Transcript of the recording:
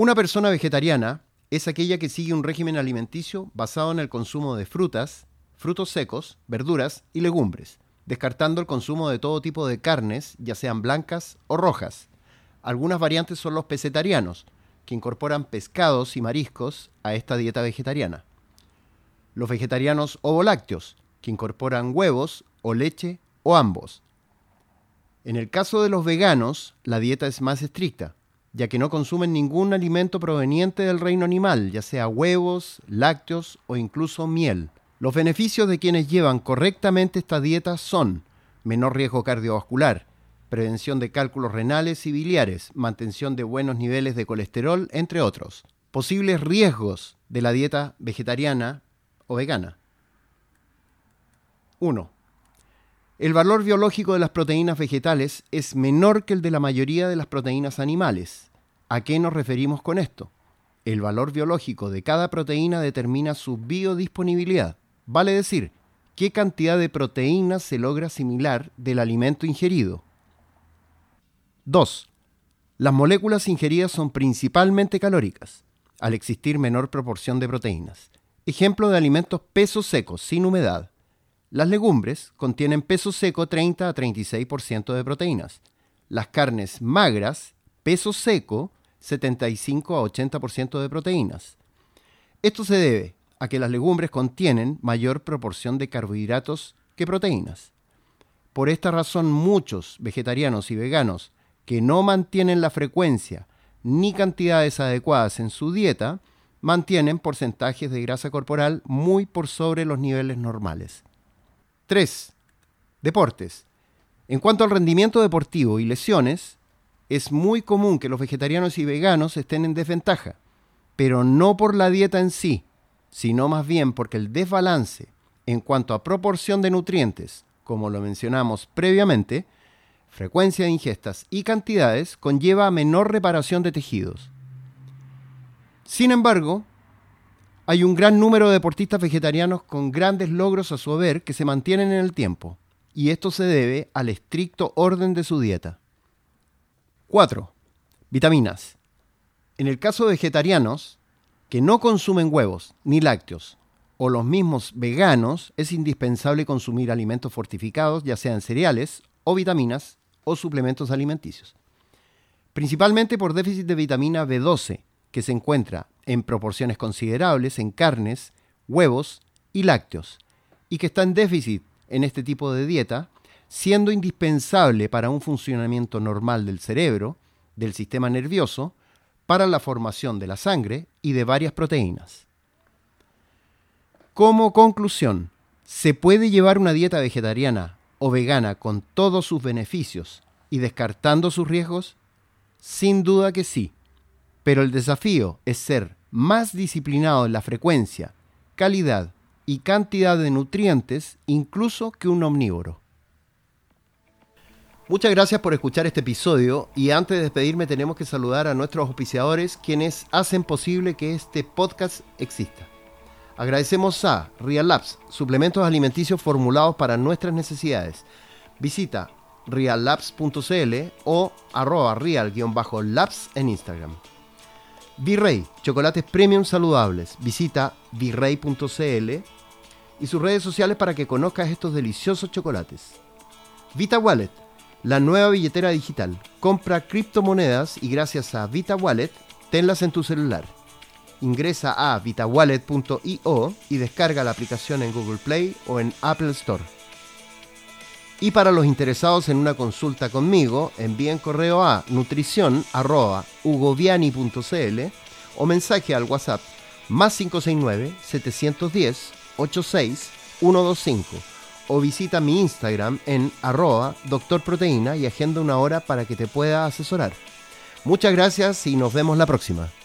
Una persona vegetariana es aquella que sigue un régimen alimenticio basado en el consumo de frutas, frutos secos, verduras y legumbres, descartando el consumo de todo tipo de carnes, ya sean blancas o rojas. Algunas variantes son los pescetarianos, que incorporan pescados y mariscos a esta dieta vegetariana. Los vegetarianos ovolácteos, que incorporan huevos o leche o ambos. En el caso de los veganos, la dieta es más estricta, ya que no consumen ningún alimento proveniente del reino animal, ya sea huevos, lácteos o incluso miel. Los beneficios de quienes llevan correctamente esta dieta son menor riesgo cardiovascular, prevención de cálculos renales y biliares, mantención de buenos niveles de colesterol, entre otros. Posibles riesgos de la dieta vegetariana o vegana. 1. El valor biológico de las proteínas vegetales es menor que el de la mayoría de las proteínas animales. ¿A qué nos referimos con esto? El valor biológico de cada proteína determina su biodisponibilidad, vale decir, qué cantidad de proteínas se logra asimilar del alimento ingerido. 2. Las moléculas ingeridas son principalmente calóricas, al existir menor proporción de proteínas. Ejemplo de alimentos peso secos, sin humedad. Las legumbres contienen peso seco 30 a 36% de proteínas. Las carnes magras, peso seco, 75 a 80% de proteínas. Esto se debe a que las legumbres contienen mayor proporción de carbohidratos que proteínas. Por esta razón, muchos vegetarianos y veganos que no mantienen la frecuencia ni cantidades adecuadas en su dieta, mantienen porcentajes de grasa corporal muy por sobre los niveles normales. 3. Deportes. En cuanto al rendimiento deportivo y lesiones, es muy común que los vegetarianos y veganos estén en desventaja, pero no por la dieta en sí, sino más bien porque el desbalance en cuanto a proporción de nutrientes, como lo mencionamos previamente, frecuencia de ingestas y cantidades conlleva a menor reparación de tejidos. Sin embargo, hay un gran número de deportistas vegetarianos con grandes logros a su haber que se mantienen en el tiempo, y esto se debe al estricto orden de su dieta. 4. Vitaminas. En el caso de vegetarianos que no consumen huevos ni lácteos, o los mismos veganos, es indispensable consumir alimentos fortificados, ya sean cereales o vitaminas o suplementos alimenticios. Principalmente por déficit de vitamina B12, que se encuentra en proporciones considerables en carnes, huevos y lácteos, y que está en déficit en este tipo de dieta, siendo indispensable para un funcionamiento normal del cerebro, del sistema nervioso, para la formación de la sangre y de varias proteínas. Como conclusión, ¿se puede llevar una dieta vegetariana o vegana con todos sus beneficios y descartando sus riesgos? Sin duda que sí. Pero el desafío es ser más disciplinado en la frecuencia, calidad y cantidad de nutrientes incluso que un omnívoro. Muchas gracias por escuchar este episodio y antes de despedirme tenemos que saludar a nuestros auspiciadores quienes hacen posible que este podcast exista. Agradecemos a Real Labs, suplementos alimenticios formulados para nuestras necesidades. Visita reallabs.cl o @real_labs en Instagram. Virrey, chocolates premium saludables. Visita virrey.cl y sus redes sociales para que conozcas estos deliciosos chocolates. Vita Wallet, la nueva billetera digital. Compra criptomonedas y gracias a Vita Wallet, tenlas en tu celular. Ingresa a vitawallet.io y descarga la aplicación en Google Play o en Apple Store. Y para los interesados en una consulta conmigo, envíen correo a nutricion@hugoviani.cl o mensaje al WhatsApp +569 710 86 125 o visita mi Instagram en @doctorproteína y agenda una hora para que te pueda asesorar. Muchas gracias y nos vemos la próxima.